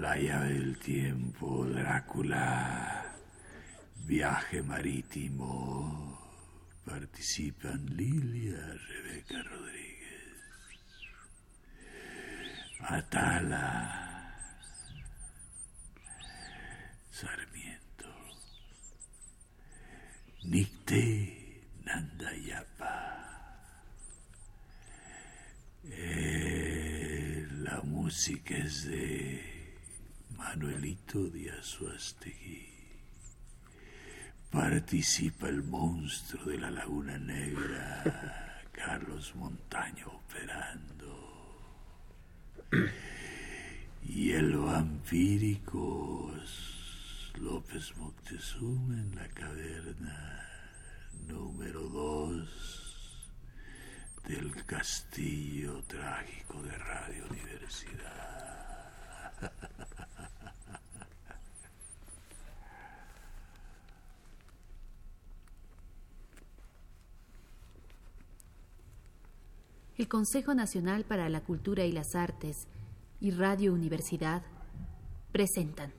La llave del tiempo, Drácula. Viaje marítimo. Participan Lilia, Rebeca Rodríguez, Atala, Sarmiento, Nicté, Nandayapa. La música es de Manuelito Díaz Suástegui. Participa el monstruo de la Laguna Negra, Carlos Montaño operando. Y el vampírico López Moctezuma en la caverna número 2 del Castillo Trágico de Radio Universidad. El Consejo Nacional para la Cultura y las Artes y Radio Universidad presentan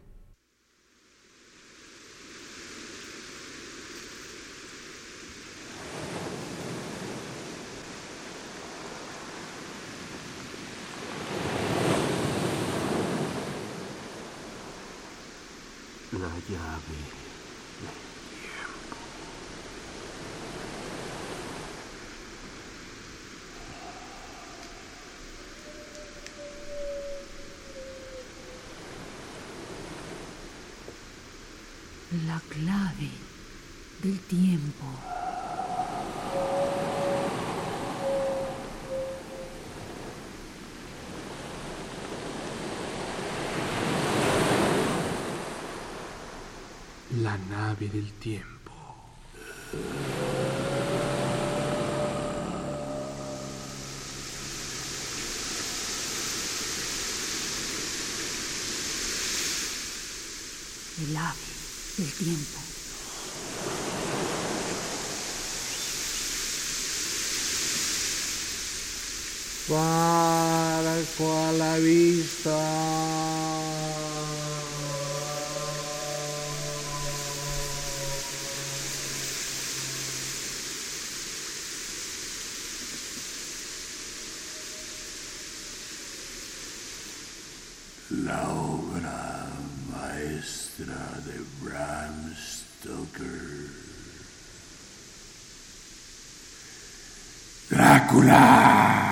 La llave. la clave del tiempo. La nave del tiempo. El ave del tiempo. Barco a la vista. La obra maestra de Bram Stoker. ¡Drácula!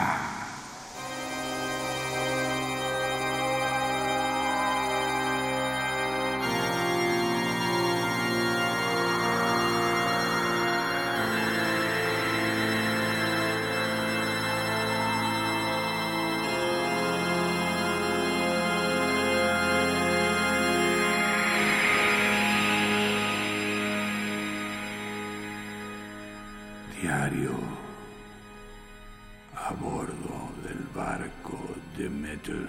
Diario a bordo del barco Demeter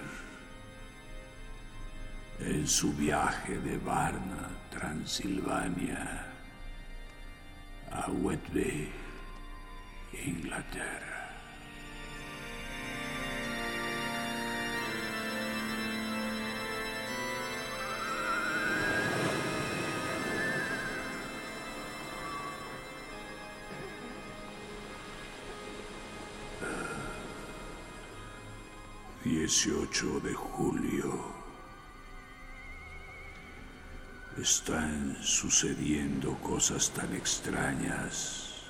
en su viaje de Varna, Transilvania, a Whitby, Inglaterra. 18 de julio. Están sucediendo cosas tan extrañas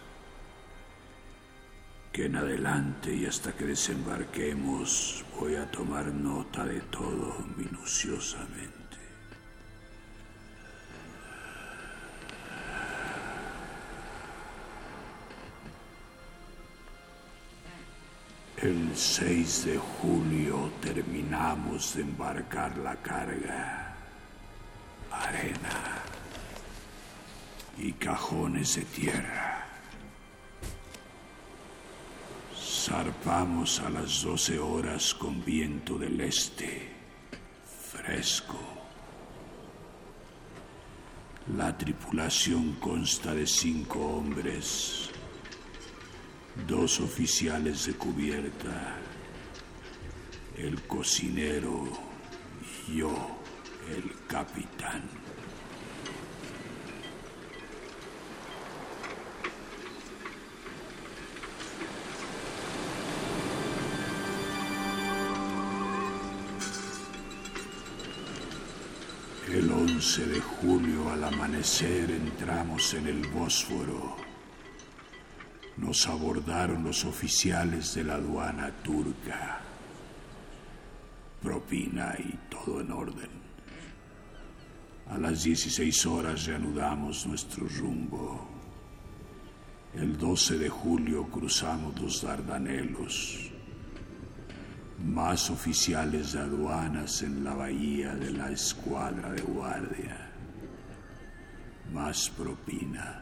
que en adelante y hasta que desembarquemos voy a tomar nota de todo minuciosamente. El 6 de julio terminamos de embarcar la carga, arena y cajones de tierra. Zarpamos a las 12 horas con viento del este, fresco. La tripulación consta de 5 hombres, 2 oficiales de cubierta, el cocinero y yo. El capitán. El 11 de julio al amanecer entramos en el Bósforo. Nos abordaron los oficiales de la aduana turca. Propina y todo en orden. A las 16 horas reanudamos nuestro rumbo. El 12 de julio cruzamos los Dardanelos. Más oficiales de aduanas en la bahía de la escuadra de guardia. Más propina.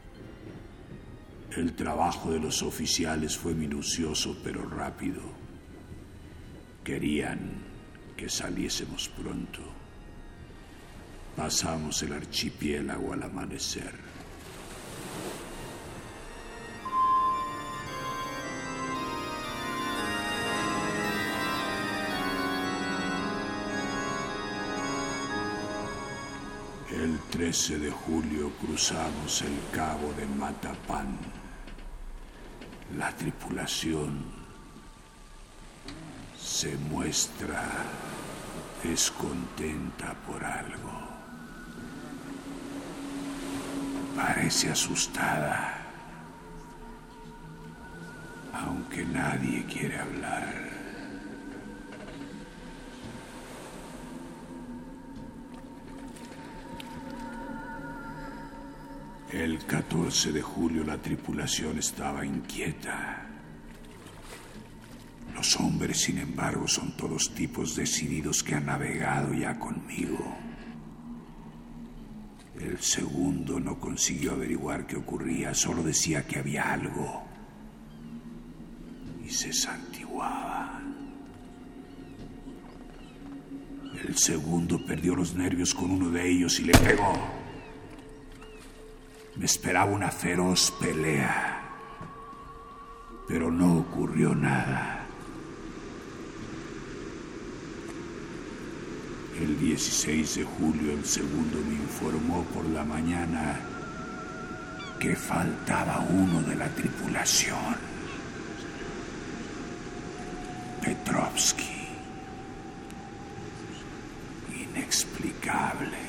El trabajo de los oficiales fue minucioso pero rápido. Querían que saliésemos pronto. Pasamos el archipiélago al amanecer. El 13 de julio cruzamos el cabo de Matapán. La tripulación se muestra descontenta por algo. Parece asustada, aunque nadie quiere hablar. El 14 de julio la tripulación estaba inquieta. Los hombres, sin embargo, son todos tipos decididos que han navegado ya conmigo. El segundo no consiguió averiguar qué ocurría, solo decía que había algo. Y se santiguaba. El segundo perdió los nervios con uno de ellos y le pegó. Me esperaba una feroz pelea, pero no ocurrió nada. El 16 de julio el segundo me informó por la mañana que faltaba uno de la tripulación. Petrovsky. Inexplicable.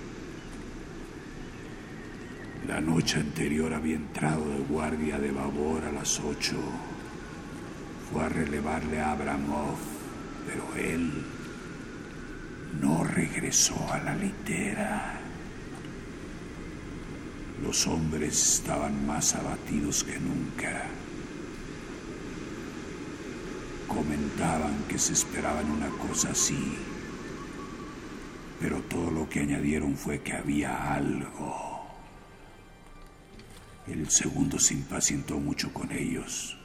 La noche anterior había entrado de guardia de babor a las 8. Fue a relevarle a Abramov, pero él no regresó a la litera. Los hombres estaban más abatidos que nunca. Comentaban que se esperaban una cosa así, pero todo lo que añadieron fue que había algo. El segundo se impacientó mucho con ellos.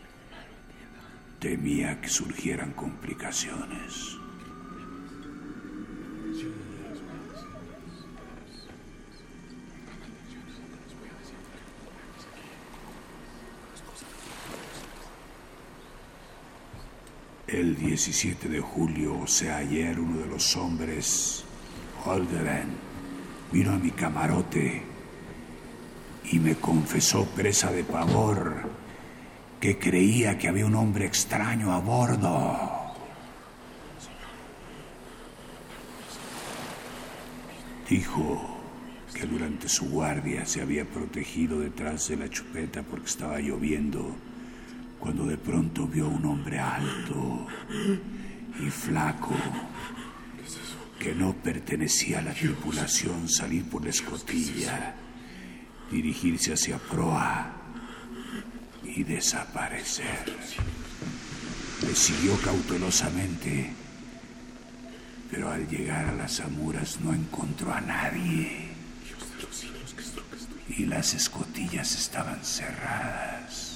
Temía que surgieran complicaciones. El 17 de julio, o sea, ayer, uno de los hombres, Holderen, vino a mi camarote y me confesó, presa de pavor, que creía que había un hombre extraño a bordo. Dijo que durante su guardia se había protegido detrás de la chupeta porque estaba lloviendo, cuando de pronto vio un hombre alto y flaco que no pertenecía a la tripulación salir por la escotilla, dirigirse hacia proa y desaparecer. Le siguió cautelosamente, pero al llegar a las amuras no encontró a nadie y las escotillas estaban cerradas.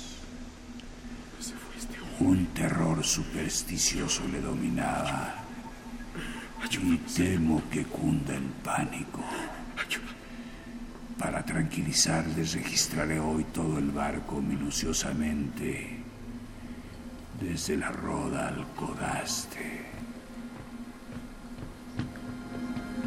Un terror supersticioso le dominaba y temo que cunda el pánico. Para tranquilizarles, registraré hoy todo el barco minuciosamente, desde la roda al codaste.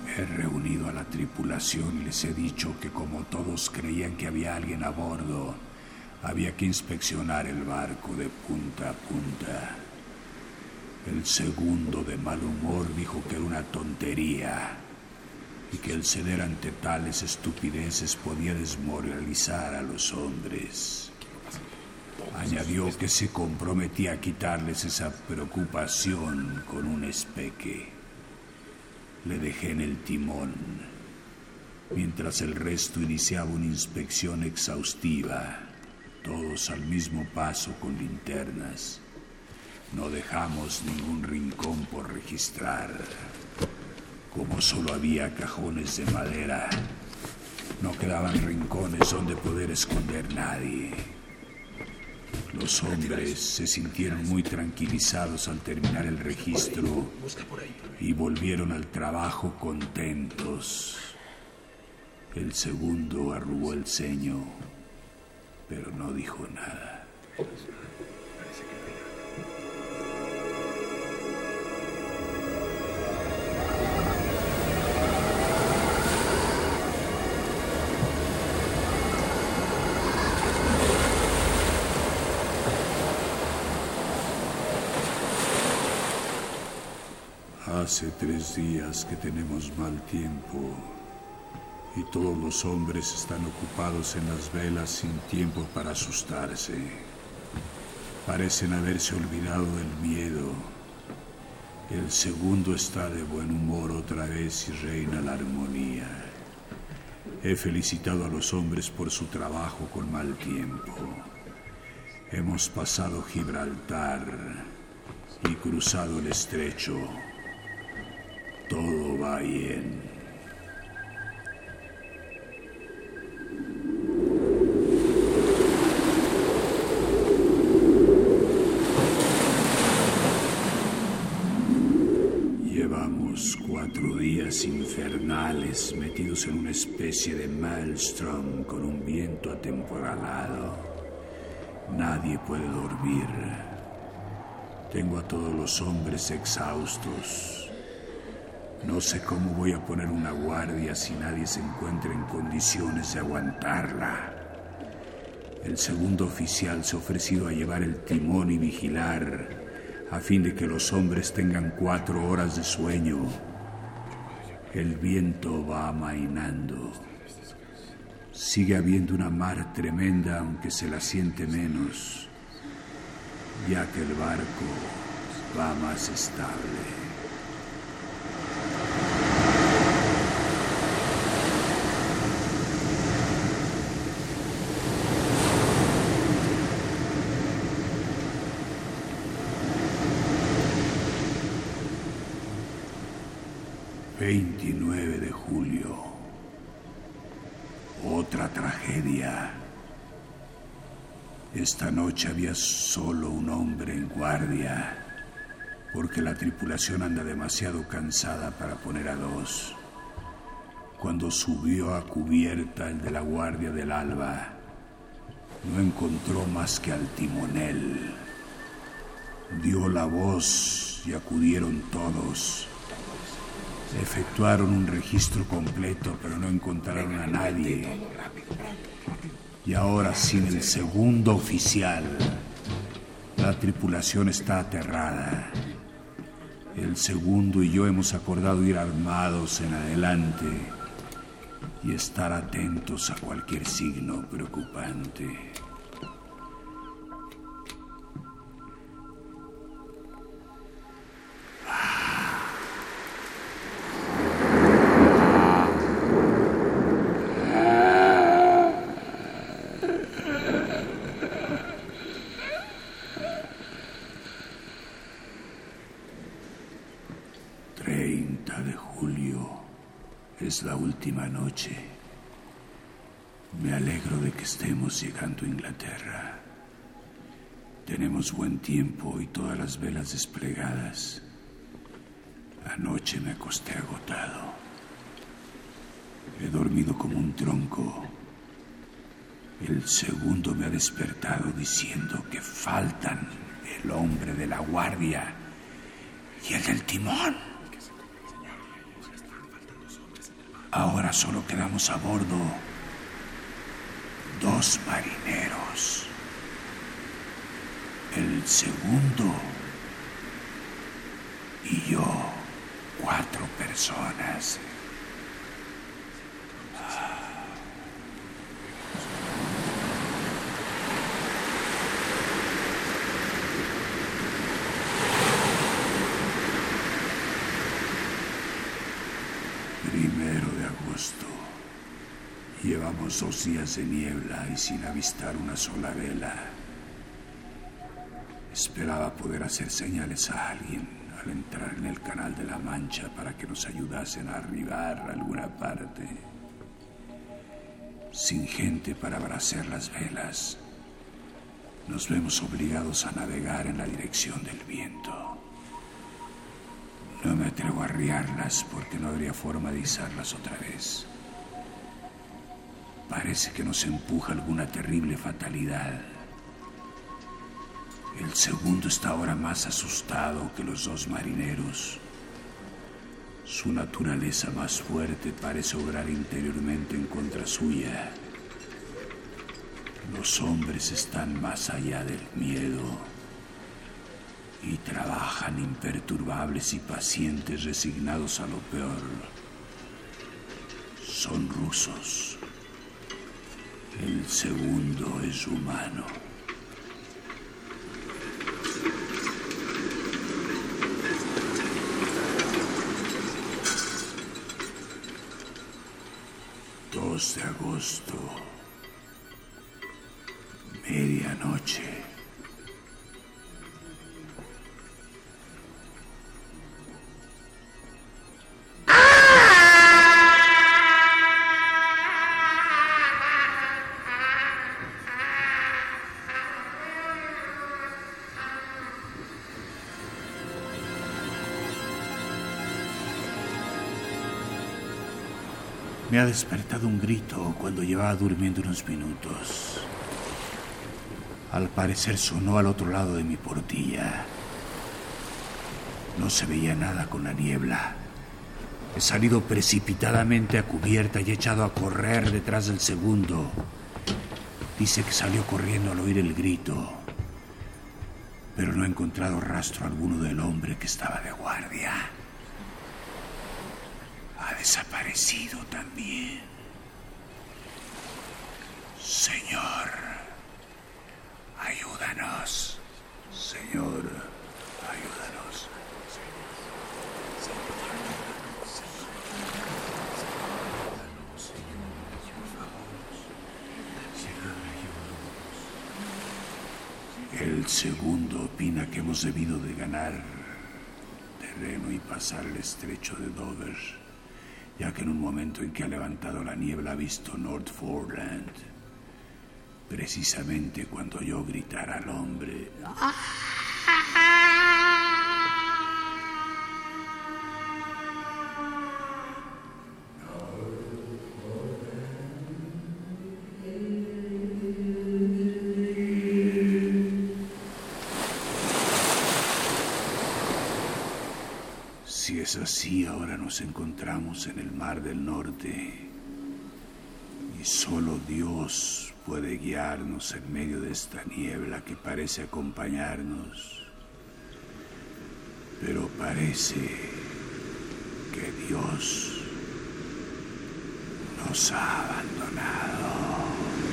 He reunido a la tripulación y les he dicho que como todos creían que había alguien a bordo, había que inspeccionar el barco de punta a punta. El segundo, de mal humor, dijo que era una tontería y que el ceder ante tales estupideces podía desmoralizar a los hombres. Añadió que se comprometía a quitarles esa preocupación con un espeque. Le dejé en el timón, mientras el resto iniciaba una inspección exhaustiva, todos al mismo paso con linternas. No dejamos ningún rincón por registrar. Como solo había cajones de madera, no quedaban rincones donde poder esconder nadie. Los hombres se sintieron muy tranquilizados al terminar el registro y volvieron al trabajo contentos. El segundo arrugó el ceño, pero no dijo nada. Hace 3 días que tenemos mal tiempo y todos los hombres están ocupados en las velas sin tiempo para asustarse. Parecen haberse olvidado del miedo. El segundo está de buen humor otra vez y reina la armonía. He felicitado a los hombres por su trabajo con mal tiempo. Hemos pasado Gibraltar y cruzado el estrecho. Todo va bien. Llevamos 4 días infernales metidos en una especie de maelstrom con un viento atemporalado. Nadie puede dormir. Tengo a todos los hombres exhaustos. No sé cómo voy a poner una guardia si nadie se encuentra en condiciones de aguantarla. El segundo oficial se ha ofrecido a llevar el timón y vigilar a fin de que los hombres tengan 4 horas de sueño. El viento va amainando. Sigue habiendo una mar tremenda, aunque se la siente menos, ya que el barco va más estable. ...29 de julio... Otra tragedia. Esta noche había solo un hombre en guardia, porque la tripulación anda demasiado cansada para poner a 2. Cuando subió a cubierta el de la Guardia del Alba, no encontró más que al timonel. Dio la voz y acudieron todos. Efectuaron un registro completo, pero no encontraron a nadie. Y ahora, sin el segundo oficial, la tripulación está aterrada. El segundo y yo hemos acordado ir armados en adelante y estar atentos a cualquier signo preocupante. Es la última noche. Me alegro de que estemos llegando a Inglaterra. Tenemos buen tiempo y todas las velas desplegadas. Anoche me acosté agotado. He dormido como un tronco. El segundo me ha despertado diciendo que faltan el hombre de la guardia y el del timón. Ahora solo quedamos a bordo 2 marineros. El segundo y yo, 4 personas. Primero de agosto. Llevamos 2 días de niebla y sin avistar una sola vela. Esperaba poder hacer señales a alguien al entrar en el Canal de la Mancha para que nos ayudasen a arribar a alguna parte. Sin gente para abracer las velas, nos vemos obligados a navegar en la dirección del viento. No me atrevo a arriarlas porque no habría forma de izarlas otra vez. Parece que nos empuja alguna terrible fatalidad. El segundo está ahora más asustado que los 2 marineros. Su naturaleza más fuerte parece obrar interiormente en contra suya. Los hombres están más allá del miedo y trabajan imperturbables y pacientes, resignados a lo peor. Son rusos. El segundo es humano. De agosto, medianoche. Me ha despertado un grito cuando llevaba durmiendo unos minutos. Al parecer sonó al otro lado de mi portilla. No se veía nada con la niebla. He salido precipitadamente a cubierta y he echado a correr detrás del segundo. Dice que salió corriendo al oír el grito, pero no he encontrado rastro alguno del hombre que estaba de guardia. Ha desaparecido también. Señor, ayúdanos. Señor, ayúdanos. El segundo opina que hemos debido de ganar terreno y pasar el estrecho de Dover, ya que en un momento en que ha levantado la niebla ha visto Nordforeland, precisamente cuando yo gritara al hombre. Si es así, ahora nos encontramos en el Mar del Norte y solo Dios puede guiarnos en medio de esta niebla que parece acompañarnos. Pero parece que Dios nos ha abandonado.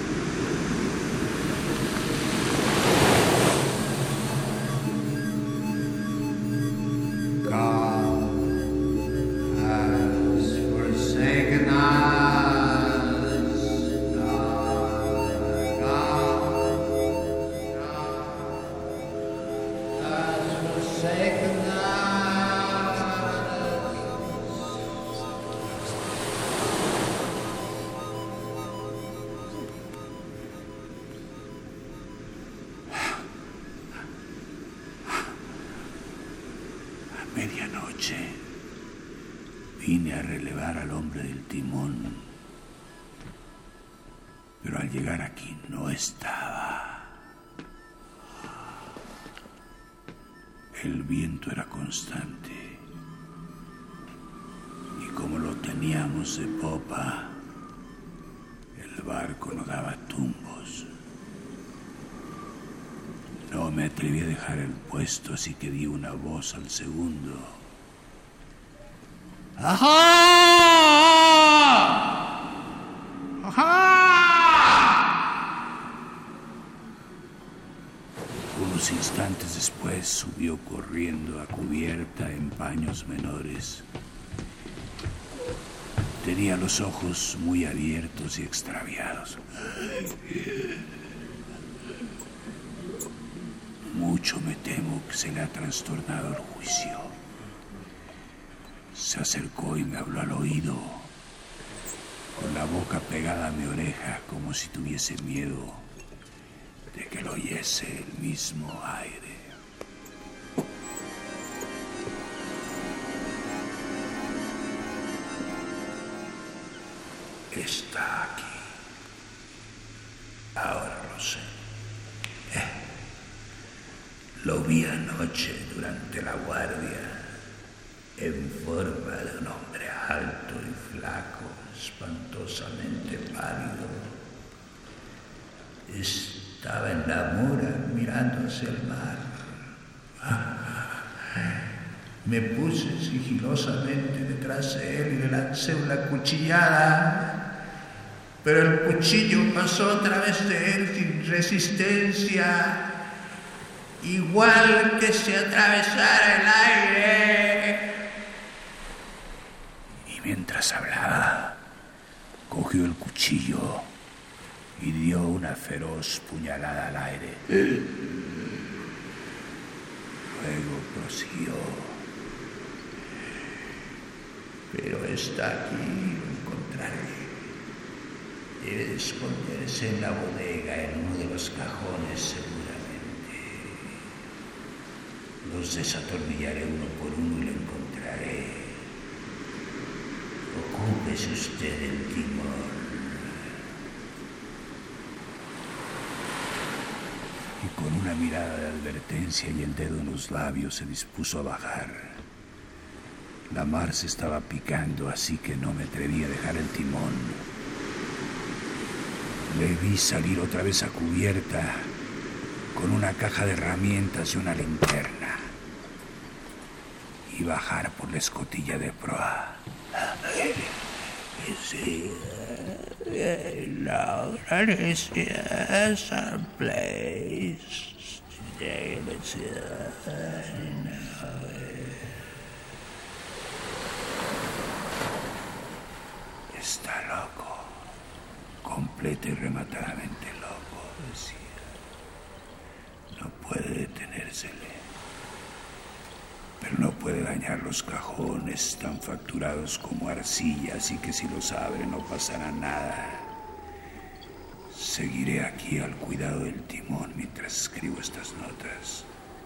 Medianoche vine a relevar al hombre del timón, pero al llegar aquí no estaba. El viento era constante y como lo tenía Veníamos de popa. El barco no daba tumbos. No me atreví a dejar el puesto, así que di una voz al segundo. ¡Ajá! ¡Ajá! Unos instantes después subió corriendo a cubierta en paños menores. Tenía los ojos muy abiertos y extraviados. Mucho me temo que se le ha trastornado el juicio. Se acercó y me habló al oído, con la boca pegada a mi oreja, como si tuviese miedo de que lo oyese el mismo aire. Está aquí. Ahora lo sé. Lo vi anoche durante la guardia, en forma de un hombre alto y flaco, espantosamente pálido. Estaba en la mura mirando hacia el mar. Me puse sigilosamente detrás de él y le lancé una cuchillada. Pero el cuchillo pasó a través de él sin resistencia, igual que si atravesara el aire. Y mientras hablaba, cogió el cuchillo y dio una feroz puñalada al aire. Luego prosiguió. Pero está aquí, lo encontraré. Debe de esconderse en la bodega, en uno de los cajones, seguramente. Los desatornillaré uno por uno y lo encontraré. Ocúpese usted del timón. Y con una mirada de advertencia y el dedo en los labios se dispuso a bajar. La mar se estaba picando, así que no me atreví a dejar el timón. Le vi salir otra vez a cubierta con una caja de herramientas y una linterna y bajar por la escotilla de proa. Sí, está loco. Completa y rematadamente loco, decía. No puede detenérsele. Pero no puede dañar los cajones tan facturados como arcilla, así que si los abre no pasará nada. Seguiré aquí al cuidado del timón mientras escribo estas notas.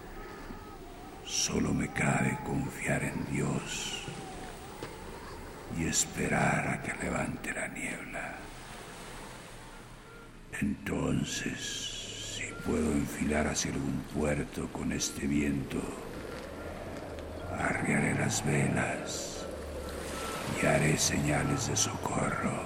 Solo me cabe confiar en Dios y esperar a que levante la niebla. Entonces, si puedo enfilar hacia algún puerto con este viento, arriaré las velas y haré señales de socorro.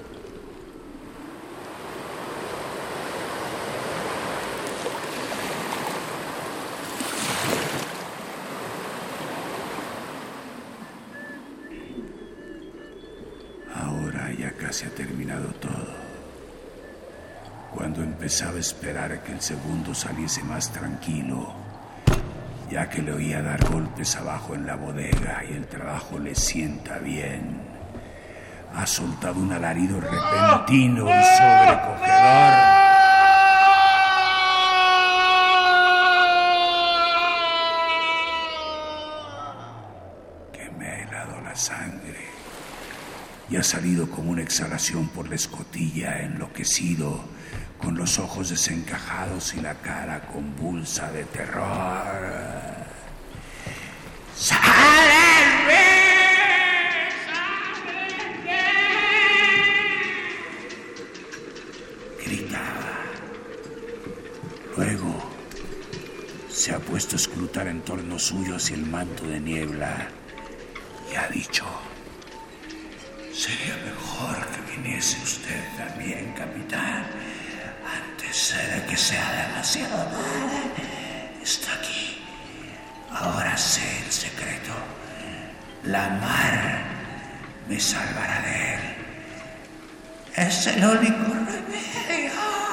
Ahora ya casi ha terminado todo. Cuando empezaba a esperar que el segundo saliese más tranquilo, ya que le oía dar golpes abajo en la bodega y el trabajo le sienta bien, ha soltado un alarido repentino y sobrecogedor. Que me ha helado la sangre y ha salido como una exhalación por la escotilla, enloquecido, con los ojos desencajados y la cara convulsa de terror. ¡Sálvenme! ¡Sálvenme! Gritaba. Luego se ha puesto a escrutar en torno suyo hacia el manto de niebla y ha dicho: Sería mejor que viniese usted también, capitán, antes de que sea demasiado tarde. Está aquí. Ahora sé el secreto. La mar me salvará de él. Es el único remedio.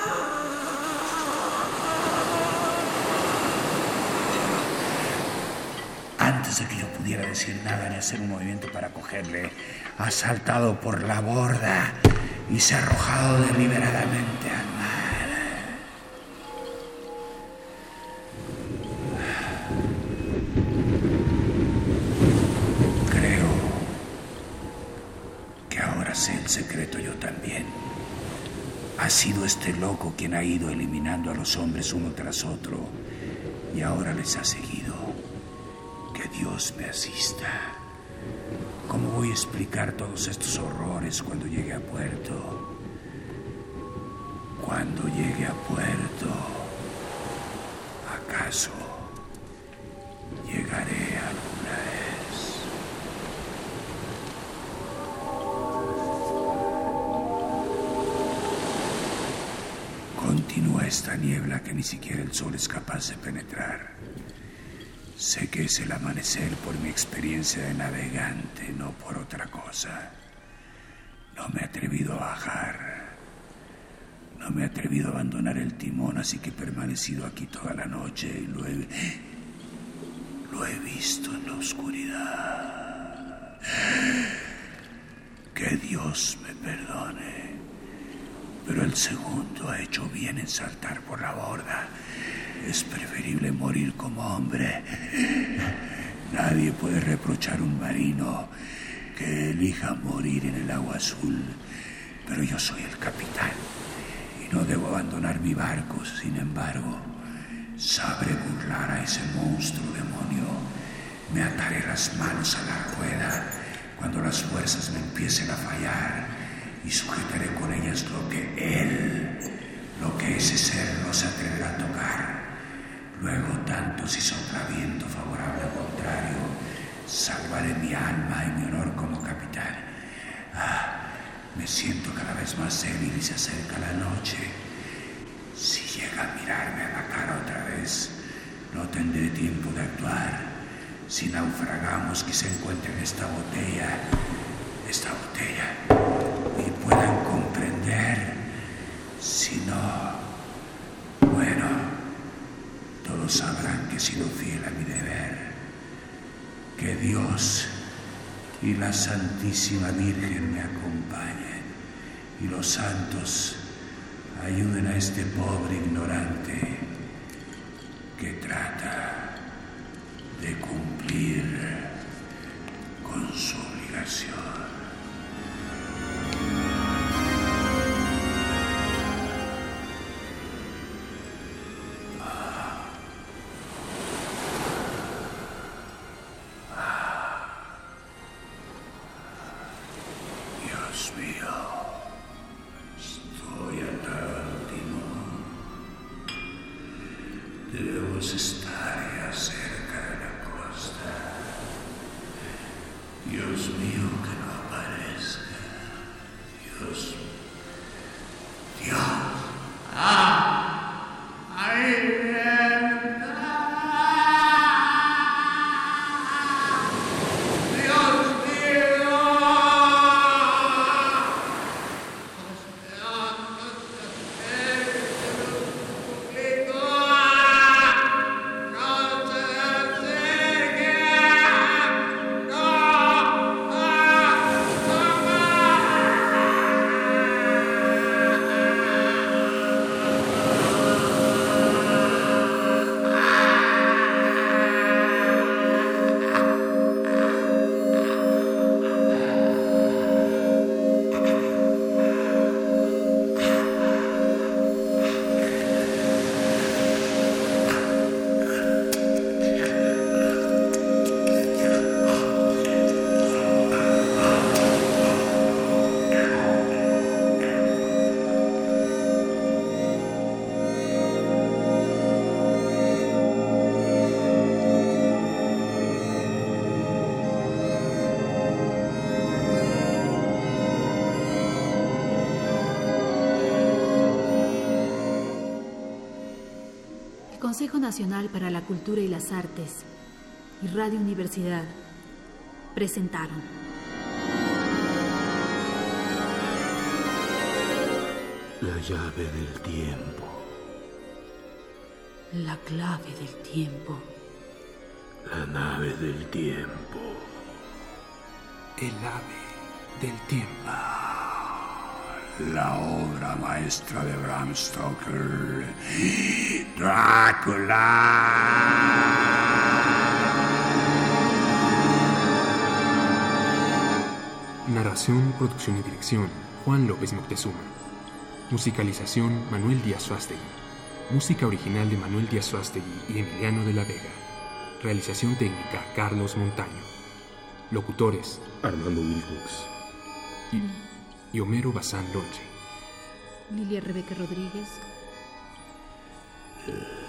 Antes de que yo pudiera decir nada ni hacer un movimiento para cogerle, ha saltado por la borda y se ha arrojado deliberadamente al mar. Creo que ahora sé el secreto yo también. Ha sido este loco quien ha ido eliminando a los hombres uno tras otro y ahora les ha seguido. Que Dios me asista. ¿Cómo voy a explicar todos estos horrores cuando llegue a puerto? Cuando llegue a puerto, ¿acaso llegaré alguna vez? Continúa esta niebla que ni siquiera el sol es capaz de penetrar. Sé que es el amanecer por mi experiencia de navegante, no por otra cosa. No me he atrevido a bajar. No me he atrevido a abandonar el timón, así que he permanecido aquí toda la noche y lo he visto en la oscuridad. Que Dios me perdone. Pero el segundo ha hecho bien en saltar por la borda. Es preferible morir como hombre. Nadie puede reprochar a un marino que elija morir en el agua azul. Pero yo soy el capitán y no debo abandonar mi barco. Sin embargo, sabré burlar a ese monstruo demonio. Me ataré las manos a la rueda cuando las fuerzas me empiecen a fallar y sujetaré con ellas lo que ese ser no se atreverá a tocar. Luego, tanto si sopla viento favorable o contrario, salvaré mi alma y mi honor como capitán. Me siento cada vez más débil y se acerca la noche. Si llega a mirarme a la cara otra vez, no tendré tiempo de actuar. Si naufragamos, quizá encuentren esta botella, y puedan comprender. Si no, bueno, todos sabrán que he sido fiel a mi deber. Que Dios y la Santísima Virgen me acompañen y los santos ayuden a este pobre ignorante que trata de cumplir con su obligación. Dios mío, estoy atado al timón. Debemos estar ya cerca de la costa. Dios mío, que no aparezca. Dios. ¡Ahí viene! Consejo Nacional para la Cultura y las Artes y Radio Universidad presentaron La llave del tiempo. La clave del tiempo. La nave del tiempo. El ave del tiempo. La obra maestra de Bram Stoker, Drácula. Narración, producción y dirección, Juan López Moctezuma. Musicalización, Manuel Díaz Suástegui. Música original de Manuel Díaz Suástegui y Emiliano de la Vega. Realización técnica, Carlos Montaño. Locutores, Armando Wilcox y Homero Bazán Lonche. Lilia Rebeca Rodríguez.